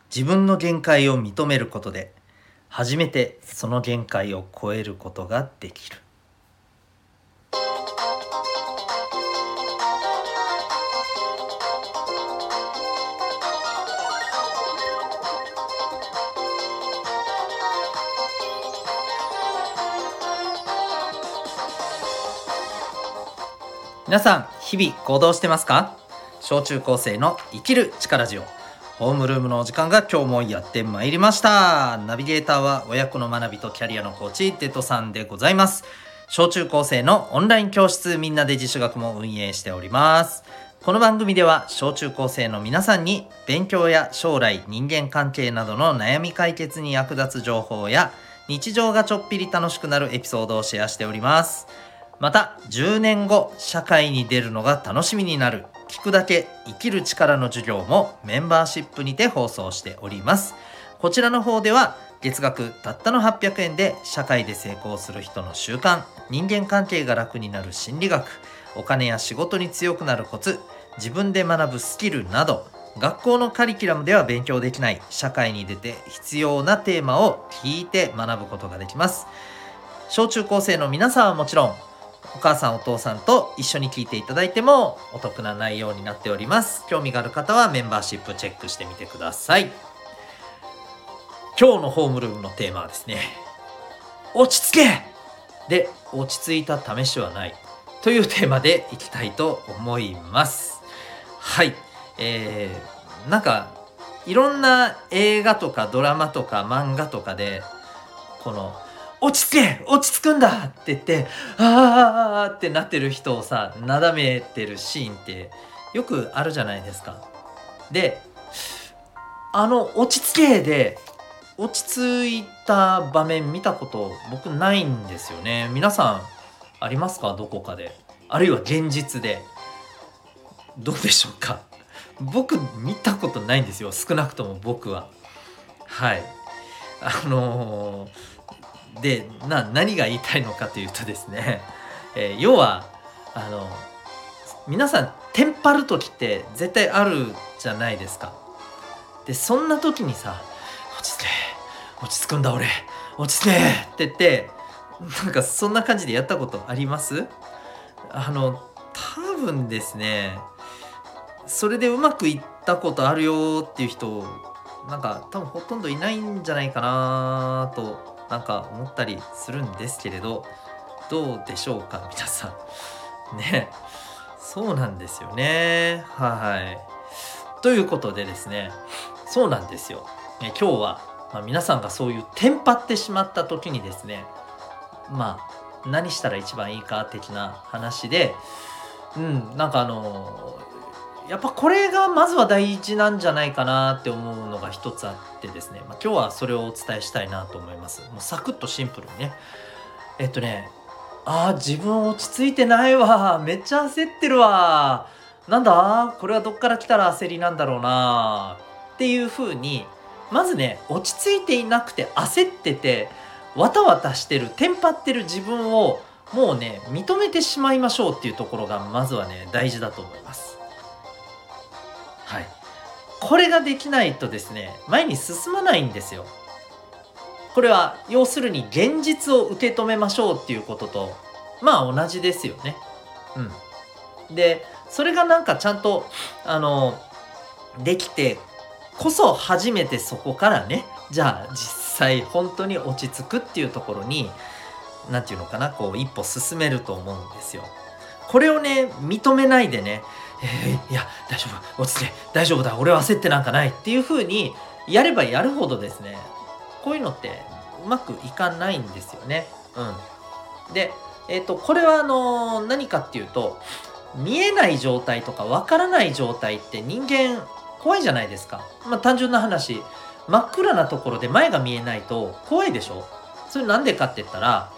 自分の限界を認めることで初めてその限界を超えることができる。皆さん日々行動してますか？小中高生の生きる力ジオホームルームのお時間が今日もやってまいりました。ナビゲーターは親子の学びとキャリアのコーチテトさんでございます。小中高生のオンライン教室みんなで自主学も運営しております。この番組では小中高生の皆さんに勉強や将来人間関係などの悩み解決に役立つ情報や日常がちょっぴり楽しくなるエピソードをシェアしております。また10年後社会に出るのが楽しみになる聞くだけ生きる力の授業もメンバーシップにて放送しております。こちらの方では月額たったの800円で社会で成功する人の習慣、人間関係が楽になる心理学、お金や仕事に強くなるコツ、自分で学ぶスキルなど学校のカリキュラムでは勉強できない社会に出て必要なテーマを聞いて学ぶことができます。小中高生の皆さんはもちろんお母さんお父さんと一緒に聞いていただいてもお得な内容になっております。興味がある方はメンバーシップチェックしてみてください。今日のホームルームのテーマはですね、落ち着けで落ち着いた試しはないというテーマでいきたいと思います。はい、なんかいろんな映画とかドラマとか漫画とかでこの落ち着け落ち着くんだって言ってあーってなってる人をさなだめてるシーンってよくあるじゃないですか。で落ち着けで落ち着いた場面見たこと僕ないんですよね。皆さんありますか？どこかで、あるいは現実でどうでしょうか？僕見たことないんですよ、少なくとも僕は。はい、で何が言いたいのかというとですね、要は皆さんテンパる時って絶対あるじゃないですか。でそんな時にさ、落ち着け落ち着くんだ俺落ち着けって言ってなんかそんな感じでやったことあります？多分ですね、それでうまくいったことあるよっていう人なんか多分ほとんどいないんじゃないかなとなんか思ったりするんですけれど、どうでしょうか皆さんね。そうなんですよね。はい、ということでですね、そうなんですよ。今日は、皆さんがそういうテンパってしまった時にですね、何したら一番いいか的な話で、なんかやっぱこれがまずは大事なんじゃないかなって思うのが一つあってですね、今日はそれをお伝えしたいなと思います。もうサクッとシンプルにね。自分落ち着いてないわ。めっちゃ焦ってるわ。なんだこれはどっから来たら焦りなんだろうなっていう風に、まずね、落ち着いていなくて焦ってて、わたわたしてる、テンパってる自分をもうね、認めてしまいましょうっていうところがまずはね、大事だと思います。はい。これができないとですね、前に進まないんですよ。これは要するに現実を受け止めましょうっていうことと同じですよね。でそれがなんかちゃんとできてこそ初めてそこからね、じゃあ実際本当に落ち着くっていうところになんていうのかな、こう一歩進めると思うんですよ。これをね認めないでね、いや大丈夫落ち着け大丈夫だ俺は焦ってなんかないっていう風にやればやるほどですね、こういうのってうまくいかないんですよね。で、これは何かっていうと、見えない状態とかわからない状態って人間怖いじゃないですか。単純な話、真っ暗なところで前が見えないと怖いでしょ。それなんでかって言ったら、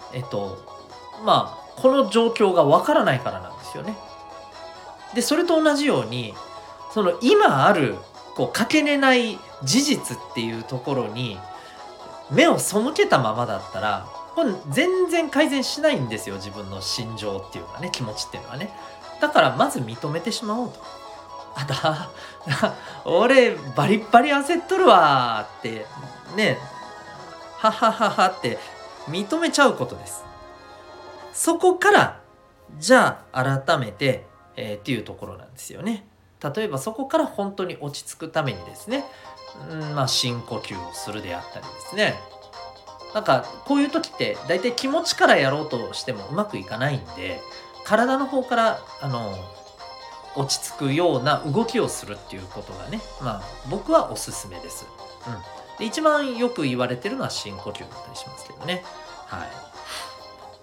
この状況がわからないからなんですよね。で、それと同じように、その今あるかけれない事実っていうところに目を背けたままだったら、これ全然改善しないんですよ、自分の心情っていうかね、気持ちっていうのはね。だからまず認めてしまおうと。 あだ俺バリッバリ焦っとるわーってね、ははははって認めちゃうことです。そこからじゃあ改めて、っていうところなんですよね。例えばそこから本当に落ち着くためにですね、深呼吸をするであったりですね。なんかこういう時ってだいたい気持ちからやろうとしてもうまくいかないんで、体の方から落ち着くような動きをするっていうことがね、僕はおすすめです。うん。で、一番よく言われてるのは深呼吸だったりしますけどね。はい。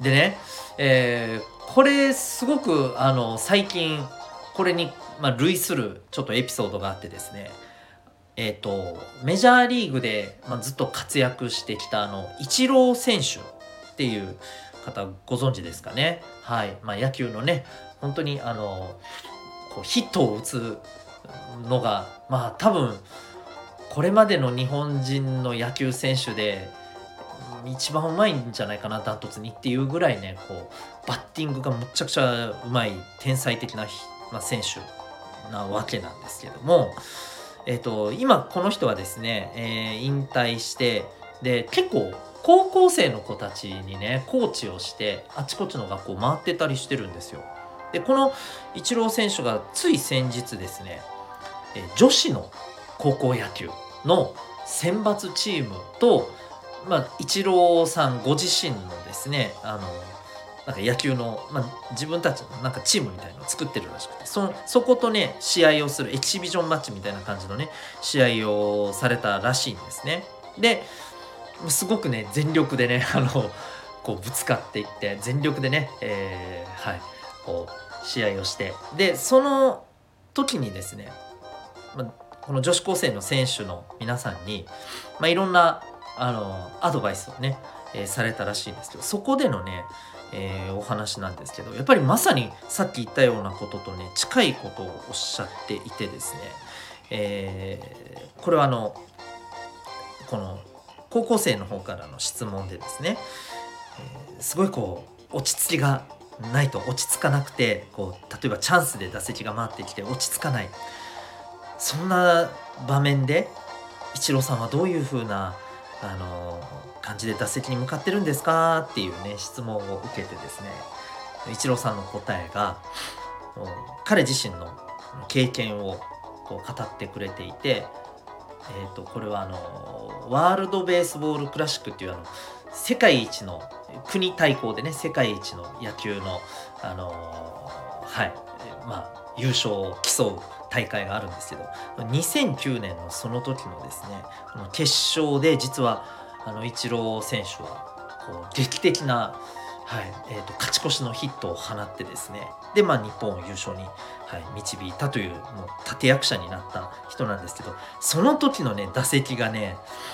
でね、これすごく最近これに、類するちょっとエピソードがあってですね、メジャーリーグで、ずっと活躍してきたイチロー選手っていう方ご存知ですかね。はい。野球のね、本当にこうヒットを打つのが、多分これまでの日本人の野球選手で一番うまいんじゃないかな、ダントツにっていうぐらいね、こうバッティングがむちゃくちゃうまい天才的な選手なわけなんですけども、今この人はですね、引退して、で結構高校生の子たちにねコーチをしてあちこちの学校回ってたりしてるんですよ。でこのイチロー選手がつい先日ですね、女子の高校野球の選抜チームと、イチローさんご自身のですね、なんか野球の、自分たちのなんかチームみたいのを作ってるらしくて、そことね、試合をするエキシビジョンマッチみたいな感じのね、試合をされたらしいんですね。で、すごくね、全力でね、こうぶつかっていって、全力でね、はい、こう試合をして、で、その時にですね、この女子高生の選手の皆さんに、いろんなアドバイスをね、されたらしいんですけど、そこでのね、お話なんですけど、やっぱりまさにさっき言ったようなこととね近いことをおっしゃっていてですね、これはこの高校生の方からの質問でですね、すごいこう落ち着きがないと、落ち着かなくて、こう例えばチャンスで打席が回ってきて落ち着かない、そんな場面でイチローさんはどういう風な感じで打席に向かってるんですかっていうね質問を受けてですね、イチローさんの答えが、もう彼自身の経験をこう語ってくれていて、これはワールドベースボールクラシックっていう世界一の国対抗でね、世界一の野球のはい、優勝を競う大会があるんですけど、2009年のその時のですね、この決勝で実はイチロー選手はこう劇的な、勝ち越しのヒットを放ってですね、で、日本を優勝に、導いたという、もう立役者になった人なんですけど、その時のね打席がね、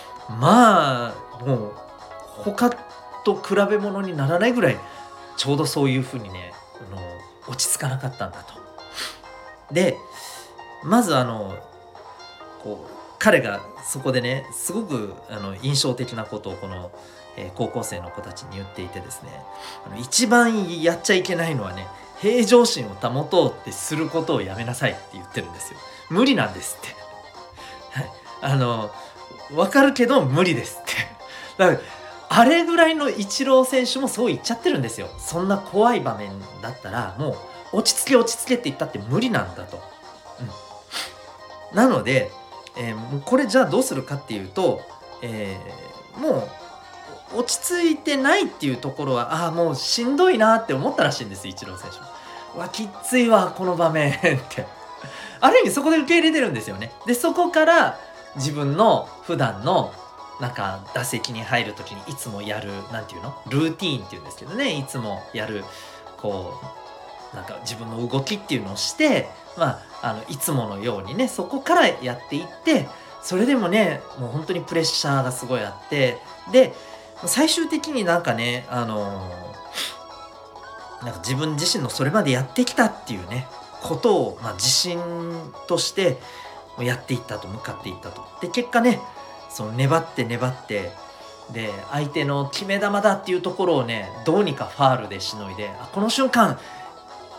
もう他と比べ物にならないぐらいちょうどそういう風にね、落ち着かなかったんだと。で、まずこう彼がそこでねすごく印象的なことをこの、高校生の子たちに言っていてですね、一番やっちゃいけないのはね、平常心を保とうってすることをやめなさいって言ってるんですよ。無理なんですって。はい、わかるけど無理ですって。だからあれぐらいのイチロー選手もそう言っちゃってるんですよ。そんな怖い場面だったらもう落ち着け落ち着けって言ったって無理なんだと。なので、これじゃあどうするかっていうと、もう落ち着いてないっていうところは、もうしんどいなって思ったらしいんです、イチロー選手も。きっついわこの場面ってある意味そこで受け入れてるんですよね。でそこから自分の普段のなんか打席に入る時にいつもやる、なんていうの、ルーティーンっていうんですけどね、いつもやるこうなんか自分の動きっていうのをして、いつものようにねそこからやっていって、それでもねもう本当にプレッシャーがすごいあって、で最終的になんかねなんか自分自身のそれまでやってきたっていうねことを、自信としてやっていったと、向かっていったと。で結果ね、その粘って粘って、で相手の決め球だっていうところをねどうにかファールでしのいで、この瞬間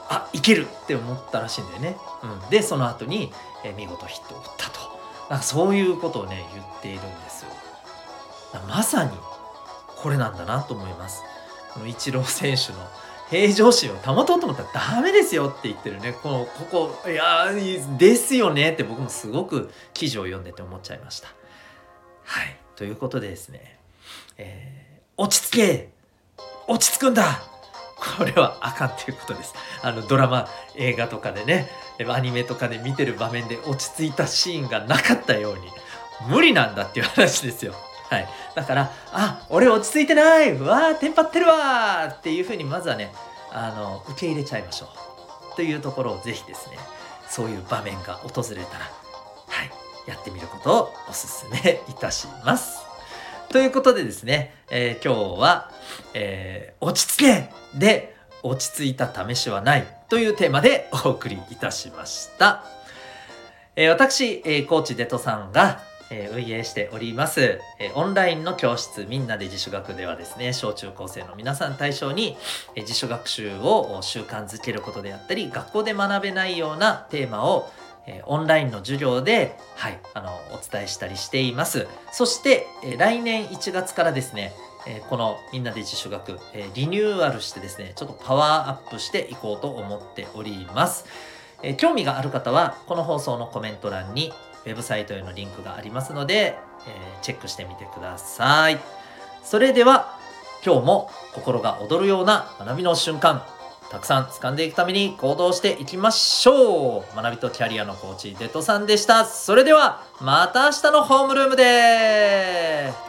いけるって思ったらしいんだよね。でその後に、見事ヒットを打ったと、なんかそういうことをね言っているんですよ。まさにこれなんだなと思います。このイチロー選手の平常心を保とうと思ったらダメですよって言ってるね。ここいやですよねって僕もすごく記事を読んでて思っちゃいました。はい、ということでですね、落ち着け、落ち着くんだ、これはあかんということです。ドラマ映画とかでね、アニメとかで見てる場面で落ち着いたシーンがなかったように無理なんだっていう話ですよ。はい、だから俺落ち着いてない、テンパってるわっていう風にまずはね受け入れちゃいましょうというところをぜひですね、そういう場面が訪れたらやってみることをお勧めいたします。ということでですね、今日は、落ち着けで落ち着いた試しはないというテーマでお送りいたしました。私、コーチデトさんが、運営しております、オンラインの教室みんなで自主学ではですね、小中高生の皆さん対象に、自主学習を習慣づけることであったり、学校で学べないようなテーマをオンラインの授業で、お伝えしたりしています。そして、来年1月からですね、このみんなで自主学、リニューアルしてですね、ちょっとパワーアップしていこうと思っております。興味がある方はこの放送のコメント欄にウェブサイトへのリンクがありますので、チェックしてみてください。それでは今日も心が躍るような学びの瞬間たくさん掴んでいくために行動していきましょう。学びとキャリアのコーチデトさんでした。それではまた明日のホームルームで